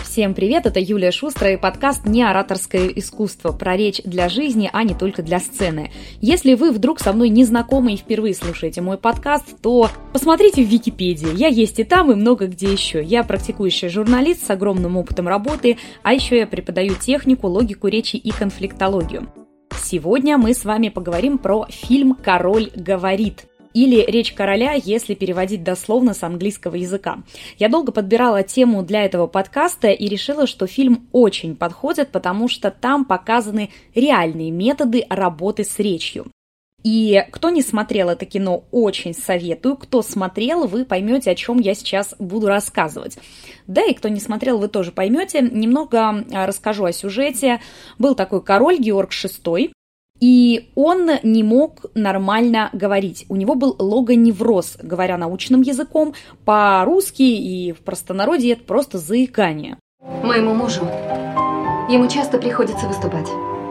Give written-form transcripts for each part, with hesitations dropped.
Всем привет, это Юлия Шустрая и подкаст «Неораторское искусство» про речь для жизни, а не только для сцены. Если вы вдруг со мной не знакомы и впервые слушаете мой подкаст, то посмотрите в Википедии. Я есть и там, и много где еще. Я практикующий журналист с огромным опытом работы, а еще я преподаю технику, логику речи и конфликтологию. Сегодня мы с вами поговорим про фильм «Король говорит». Или «Речь короля», если переводить дословно с английского языка. Я долго подбирала тему для этого подкаста и решила, что фильм очень подходит, потому что там показаны реальные методы работы с речью. И кто не смотрел это кино, очень советую. Кто смотрел, вы поймете, о чем я сейчас буду рассказывать. Да и кто не смотрел, вы тоже поймете. Немного расскажу о сюжете. Был такой король Георг VI. И он не мог нормально говорить. У него был логоневроз, говоря научным языком. По-русски и в простонародье это просто заикание. Моему мужу, ему часто приходится выступать.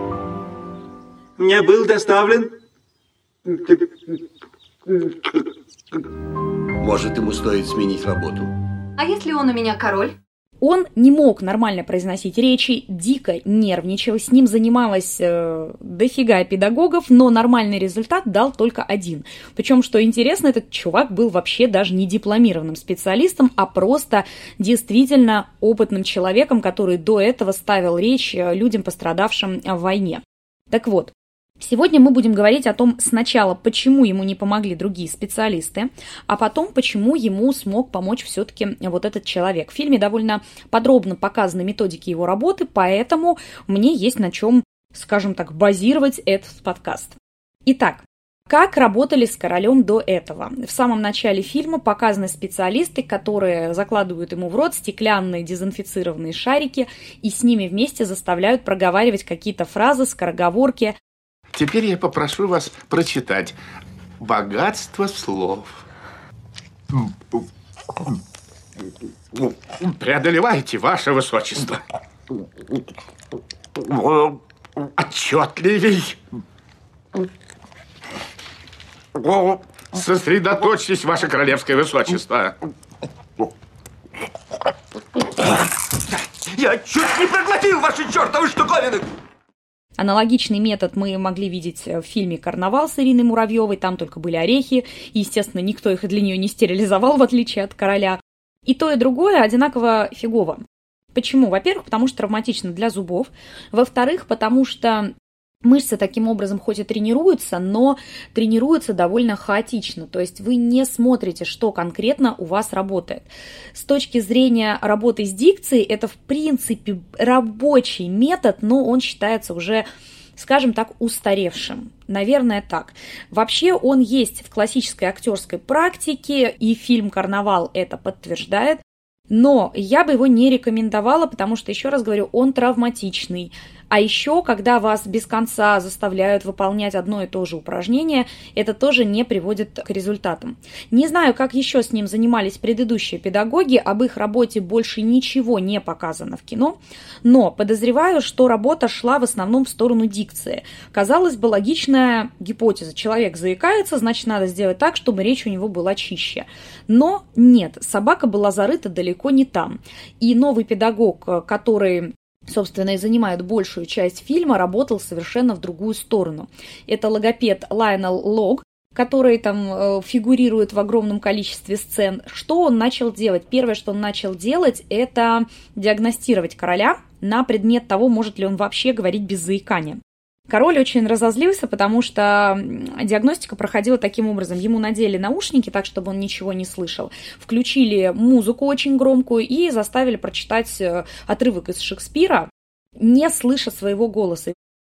Мне был доставлен... Может, ему стоит сменить работу. А если он у меня король? Он не мог нормально произносить речи, дико нервничал, с ним занималось дофига педагогов, но нормальный результат дал только один. Причем, что интересно, этот чувак был вообще даже не дипломированным специалистом, а просто действительно опытным человеком, который до этого ставил речь людям, пострадавшим в войне. Так вот. Сегодня мы будем говорить о том сначала, почему ему не помогли другие специалисты, а потом, почему ему смог помочь все-таки вот этот человек. В фильме довольно подробно показаны методики его работы, поэтому мне есть на чем, скажем так, базировать этот подкаст. Итак, как работали с королем до этого? В самом начале фильма показаны специалисты, которые закладывают ему в рот стеклянные дезинфицированные шарики и с ними вместе заставляют проговаривать какие-то фразы, скороговорки. Теперь я попрошу вас прочитать «Богатство слов». Преодолевайте, ваше высочество. Отчетливей. Сосредоточьтесь, ваше королевское высочество. Я чуть не проглотил ваши чертовы штуковины! Аналогичный метод мы могли видеть в фильме «Карнавал» с Ириной Муравьевой, там только были орехи, и, естественно, никто их для нее не стерилизовал, в отличие от короля. И то, и другое одинаково фигово. Почему? Во-первых, потому что травматично для зубов. Во-вторых, потому что мышцы таким образом хоть и тренируются, но тренируются довольно хаотично. То есть вы не смотрите, что конкретно у вас работает. С точки зрения работы с дикцией, это в принципе рабочий метод, но он считается уже, скажем так, устаревшим. Наверное, так. Вообще он есть в классической актерской практике, и фильм «Карнавал» это подтверждает. Но я бы его не рекомендовала, потому что, еще раз говорю, он травматичный. А еще, когда вас без конца заставляют выполнять одно и то же упражнение, это тоже не приводит к результатам. Не знаю, как еще с ним занимались предыдущие педагоги, об их работе больше ничего не показано в кино, но подозреваю, что работа шла в основном в сторону дикции. Казалось бы, логичная гипотеза. Человек заикается, значит, надо сделать так, чтобы речь у него была чище. Но нет, собака была зарыта далеко не там. И новый педагог, который, собственно, и занимает большую часть фильма, работал совершенно в другую сторону. Это логопед Лайонел Лог, который там фигурирует в огромном количестве сцен. Что он начал делать? Первое, что он начал делать, это диагностировать короля на предмет того, может ли он вообще говорить без заикания. Король очень разозлился, потому что диагностика проходила таким образом. Ему надели наушники так, чтобы он ничего не слышал, включили музыку очень громкую и заставили прочитать отрывок из Шекспира, не слыша своего голоса.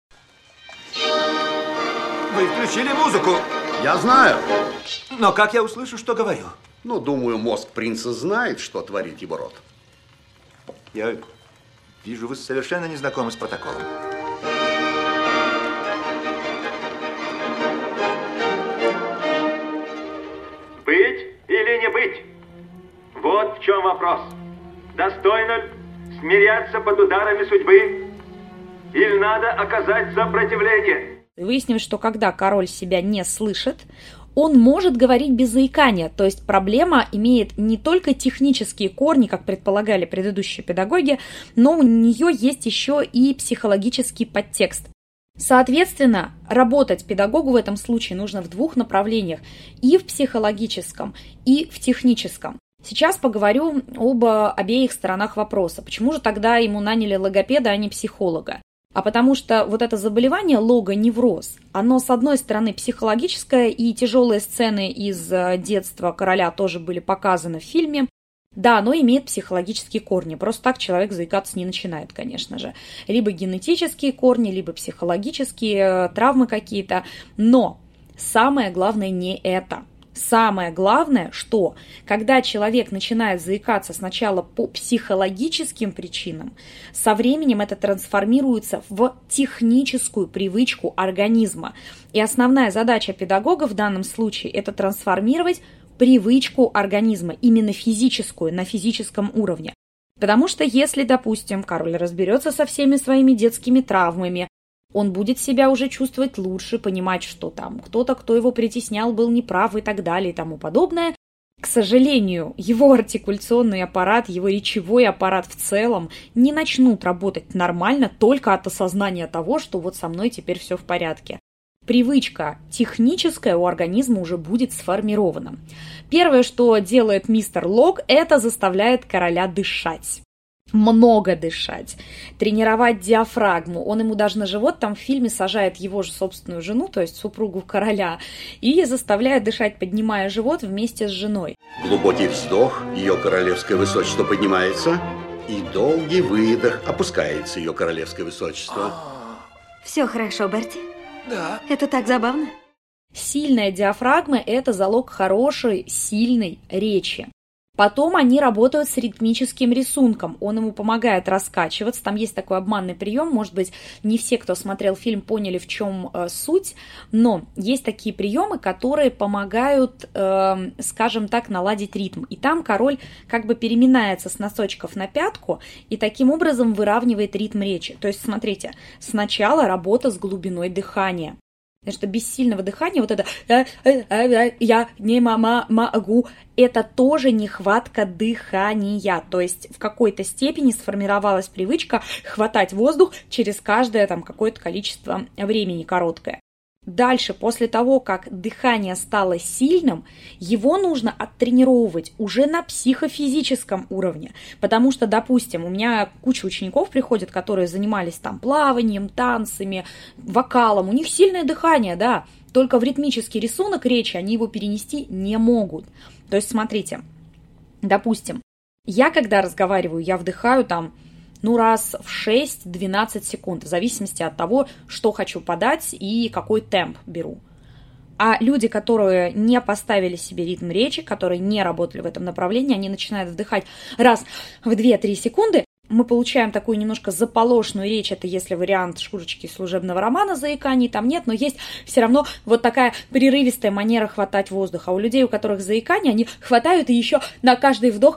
Вы включили музыку. Я знаю. Но как я услышу, что говорю? Ну, думаю, мозг принца знает, что творит его рот. Я вижу, вы совершенно не знакомы с протоколом. Быть или не быть? Вот в чем вопрос. Достойно смиряться под ударами судьбы или надо оказать сопротивление? Выяснилось, что когда король себя не слышит, Он может говорить без заикания, то есть проблема имеет не только технические корни, как предполагали предыдущие педагоги, но у нее есть еще и психологический подтекст. Соответственно, работать педагогу в этом случае нужно в двух направлениях, и в психологическом, и в техническом. Сейчас поговорю об обеих сторонах вопроса. Почему же тогда ему наняли логопеда, а не психолога? А потому что вот это заболевание логоневроз, оно с одной стороны психологическое, и тяжелые сцены из детства короля тоже были показаны в фильме. Да, оно имеет психологические корни, просто так человек заикаться не начинает, конечно же. Либо генетические корни, либо психологические, травмы какие-то. Но самое главное не это. Самое главное, что когда человек начинает заикаться сначала по психологическим причинам, со временем это трансформируется в техническую привычку организма. И основная задача педагога в данном случае – это трансформировать привычку организма, именно физическую, на физическом уровне. Потому что если, допустим, король разберется со всеми своими детскими травмами, он будет себя уже чувствовать лучше, понимать, что там кто-то, кто его притеснял, был неправ и так далее и тому подобное. К сожалению, его артикуляционный аппарат, его речевой аппарат в целом не начнут работать нормально только от осознания того, что вот со мной теперь все в порядке. Привычка техническая у организма уже будет сформирована. Первое, что делает мистер Лок, это заставляет короля дышать. Много дышать, тренировать диафрагму. Он ему даже на живот там в фильме сажает его же собственную жену, то есть супругу короля, и заставляет дышать, поднимая живот вместе с женой. Глубокий вздох, ее королевское высочество поднимается, и долгий выдох, опускается ее королевское высочество. Все хорошо, Берти? Да. Это так забавно. Сильная диафрагма – это залог хорошей, сильной речи. Потом они работают с ритмическим рисунком, он ему помогает раскачиваться, там есть такой обманный прием, может быть, не все, кто смотрел фильм, поняли, в чем суть, но есть такие приемы, которые помогают, скажем так, наладить ритм, и там король как бы переминается с носочков на пятку и таким образом выравнивает ритм речи. То есть, смотрите, сначала работа с глубиной дыхания. Потому что без сильного дыхания вот это «я не могу» это тоже нехватка дыхания. То есть в какой-то степени сформировалась привычка хватать воздух через каждое там какое-то количество времени короткое. Дальше, после того, как дыхание стало сильным, его нужно оттренировывать уже на психофизическом уровне. Потому что, допустим, у меня куча учеников приходят, которые занимались там плаванием, танцами, вокалом. У них сильное дыхание, да, только в ритмический рисунок речи они его перенести не могут. То есть, смотрите, допустим, я когда разговариваю, я вдыхаю там, раз в 6-12 секунд, в зависимости от того, что хочу подать и какой темп беру. А люди, которые не поставили себе ритм речи, которые не работали в этом направлении, они начинают вдыхать раз в 2-3 секунды. Мы получаем такую немножко заполошную речь, это если вариант шкурочки служебного романа, заиканий там нет, но есть все равно вот такая прерывистая манера хватать воздух. А у людей, у которых заикание, они хватают и еще на каждый вдох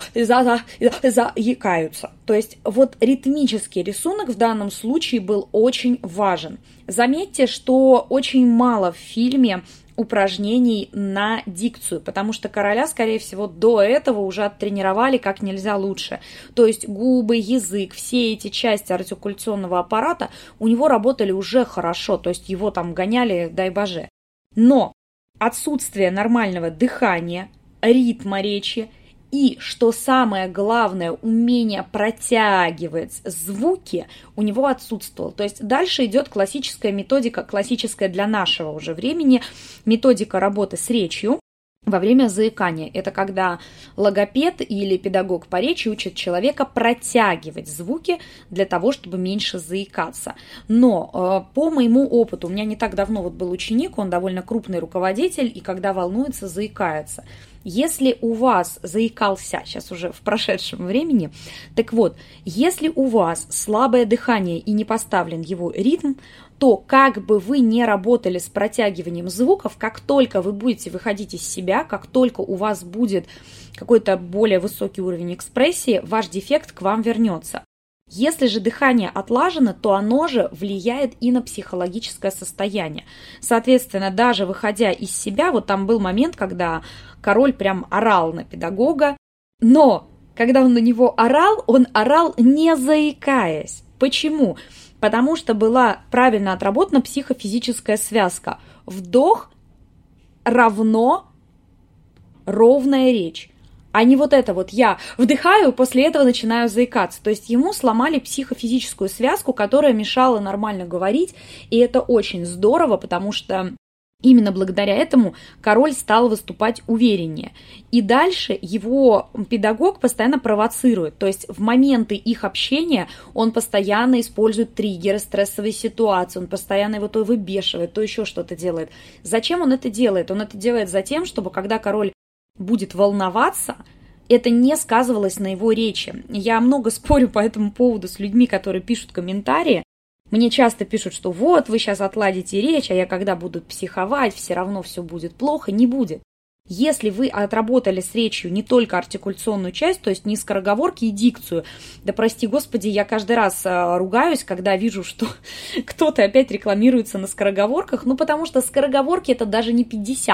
заикаются. То есть вот ритмический рисунок в данном случае был очень важен. Заметьте, что очень мало в фильме упражнений на дикцию, потому что короля, скорее всего, до этого уже оттренировали как нельзя лучше. То есть губы, язык, все эти части артикуляционного аппарата у него работали уже хорошо, то есть его там гоняли, дай боже. Но отсутствие нормального дыхания, ритма речи и, что самое главное, умение протягивать звуки у него отсутствовало. То есть дальше идет классическая методика, классическая для нашего уже времени, методика работы с речью во время заикания. Это когда логопед или педагог по речи учит человека протягивать звуки для того, чтобы меньше заикаться. Но по моему опыту, у меня не так давно вот был ученик, он довольно крупный руководитель, и когда волнуется, заикается. Если у вас заикался, сейчас уже в прошедшем времени, так вот, если у вас слабое дыхание и не поставлен его ритм, то как бы вы не работали с протягиванием звуков, как только вы будете выходить из себя, как только у вас будет какой-то более высокий уровень экспрессии, ваш дефект к вам вернется. Если же дыхание отлажено, то оно же влияет и на психологическое состояние. Соответственно, даже выходя из себя, вот там был момент, когда король прям орал на педагога, но когда он на него орал, он орал не заикаясь. Почему? Потому что была правильно отработана психофизическая связка. Вдох равно ровная речь. А не вот это вот я вдыхаю, после этого начинаю заикаться. То есть ему сломали психофизическую связку, которая мешала нормально говорить, и это очень здорово, потому что именно благодаря этому король стал выступать увереннее. И дальше его педагог постоянно провоцирует. То есть в моменты их общения он постоянно использует триггеры, стрессовые ситуации, он постоянно его то выбешивает, то еще что-то делает. Зачем он это делает? Он это делает за тем, чтобы когда король будет волноваться, это не сказывалось на его речи. Я много спорю по этому поводу с людьми, которые пишут комментарии. Мне часто пишут, что вот, вы сейчас отладите речь, а я когда буду психовать, все равно все будет плохо. Не будет. Если вы отработали с речью не только артикуляционную часть, то есть не скороговорки и дикцию, да прости господи, я каждый раз ругаюсь, когда вижу, что кто-то опять рекламируется на скороговорках, потому что скороговорки это даже не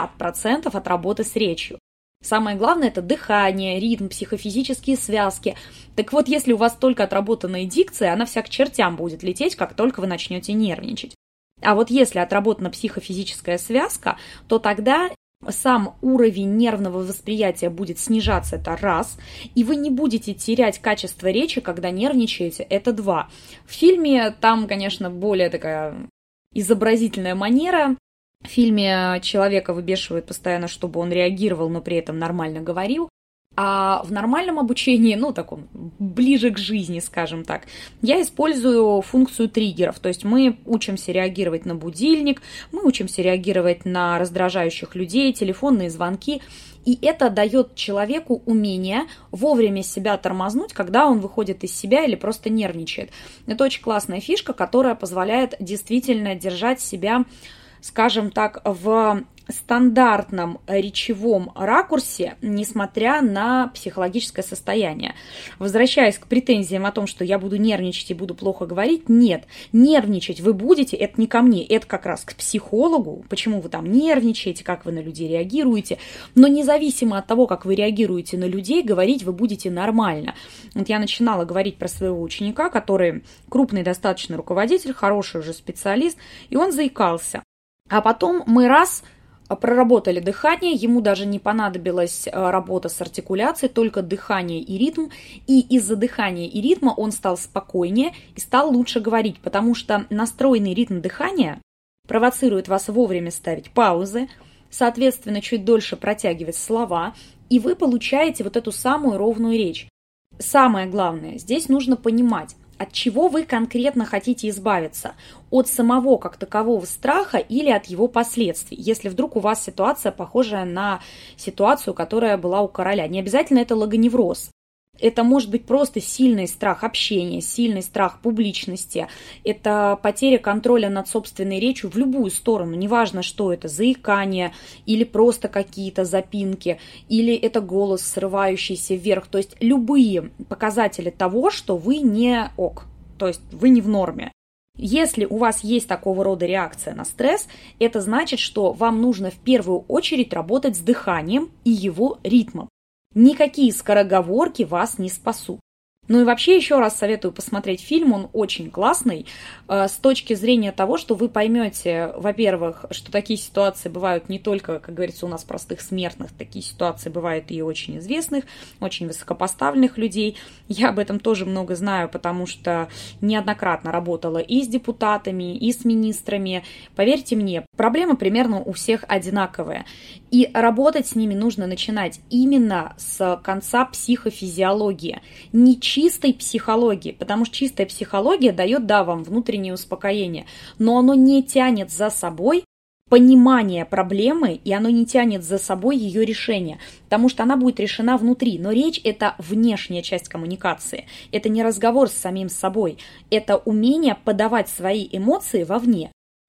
50% от работы с речью. Самое главное – это дыхание, ритм, психофизические связки. Так вот, если у вас только отработанная дикция, она вся к чертям будет лететь, как только вы начнете нервничать. А вот если отработана психофизическая связка, то тогда сам уровень нервного восприятия будет снижаться, это раз, и вы не будете терять качество речи, когда нервничаете, это два. В фильме там, конечно, более такая изобразительная манера. В фильме человека выбешивают постоянно, чтобы он реагировал, но при этом нормально говорил. А в нормальном обучении, таком, ближе к жизни, скажем так, я использую функцию триггеров. То есть мы учимся реагировать на будильник, мы учимся реагировать на раздражающих людей, телефонные звонки. И это дает человеку умение вовремя себя тормознуть, когда он выходит из себя или просто нервничает. Это очень классная фишка, которая позволяет действительно держать себя, скажем так, в стандартном речевом ракурсе, несмотря на психологическое состояние. Возвращаясь к претензиям о том, что я буду нервничать и буду плохо говорить, нет. Нервничать вы будете, это не ко мне, это как раз к психологу, почему вы там нервничаете, как вы на людей реагируете. Но независимо от того, как вы реагируете на людей, говорить вы будете нормально. Вот я начинала говорить про своего ученика, который крупный достаточно руководитель, хороший уже специалист, и он заикался. А потом мы проработали дыхание, ему даже не понадобилась работа с артикуляцией, только дыхание и ритм. И из-за дыхания и ритма он стал спокойнее и стал лучше говорить, потому что настроенный ритм дыхания провоцирует вас вовремя ставить паузы, соответственно, чуть дольше протягивать слова, и вы получаете вот эту самую ровную речь. Самое главное, здесь нужно понимать, от чего вы конкретно хотите избавиться? От самого как такового страха или от его последствий? Если вдруг у вас ситуация похожая на ситуацию, которая была у короля. Не обязательно это логоневроз. Это может быть просто сильный страх общения, сильный страх публичности. Это потеря контроля над собственной речью в любую сторону. Неважно, что это, заикание или просто какие-то запинки, или это голос, срывающийся вверх. То есть любые показатели того, что вы не ок, то есть вы не в норме. Если у вас есть такого рода реакция на стресс, это значит, что вам нужно в первую очередь работать с дыханием и его ритмом. Никакие скороговорки вас не спасут. Ну и вообще еще раз советую посмотреть фильм, он очень классный, с точки зрения того, что вы поймете, во-первых, что такие ситуации бывают не только, как говорится, у нас простых смертных, такие ситуации бывают и очень известных, очень высокопоставленных людей. Я об этом тоже много знаю, потому что неоднократно работала и с депутатами, и с министрами. Поверьте мне, проблемы примерно у всех одинаковые. И работать с ними нужно начинать именно с конца психофизиологии, не чистой психологии, потому что чистая психология дает, да, вам внутреннее успокоение, но оно не тянет за собой понимание проблемы, и оно не тянет за собой ее решение, потому что она будет решена внутри. Но речь – это внешняя часть коммуникации, это не разговор с самим собой, это умение подавать свои эмоции вовне.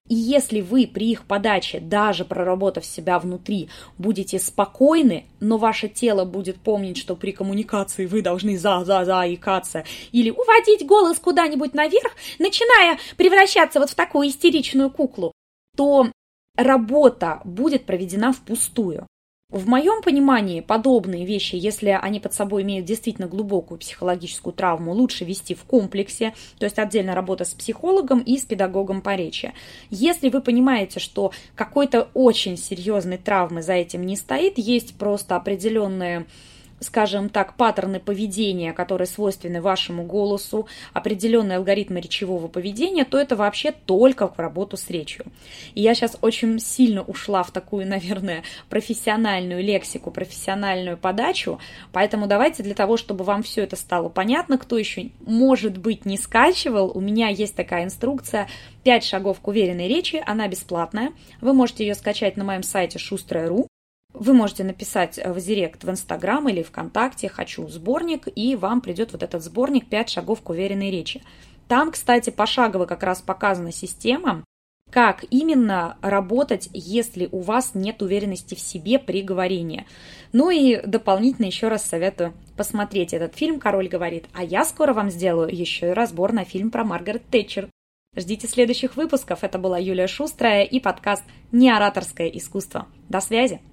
И если вы при их подаче, даже проработав себя внутри, будете спокойны, но ваше тело будет помнить, что при коммуникации вы должны заикаться или уводить голос куда-нибудь наверх, начиная превращаться вот в такую истеричную куклу, то работа будет проведена впустую. В моем понимании подобные вещи, если они под собой имеют действительно глубокую психологическую травму, лучше вести в комплексе, то есть отдельно работа с психологом и с педагогом по речи. Если вы понимаете, что какой-то очень серьезной травмы за этим не стоит, есть просто определенные, скажем так, паттерны поведения, которые свойственны вашему голосу, определенные алгоритмы речевого поведения, то это вообще только в работу с речью. И я сейчас очень сильно ушла в такую, наверное, профессиональную лексику, профессиональную подачу, поэтому давайте для того, чтобы вам все это стало понятно, кто еще, может быть, не скачивал, у меня есть такая инструкция «5 шагов к уверенной речи», она бесплатная, вы можете ее скачать на моем сайте shustrая.ru. Вы можете написать в директ в Инстаграм или ВКонтакте «Хочу сборник», и вам придет вот этот сборник «5 шагов к уверенной речи». Там, кстати, пошагово как раз показана система, как именно работать, если у вас нет уверенности в себе при говорении. Ну и дополнительно еще раз советую посмотреть этот фильм «Король говорит», а я скоро вам сделаю еще и разбор на фильм про Маргарет Тэтчер. Ждите следующих выпусков. Это была Юлия Шустрая и подкаст «Неораторское искусство». До связи!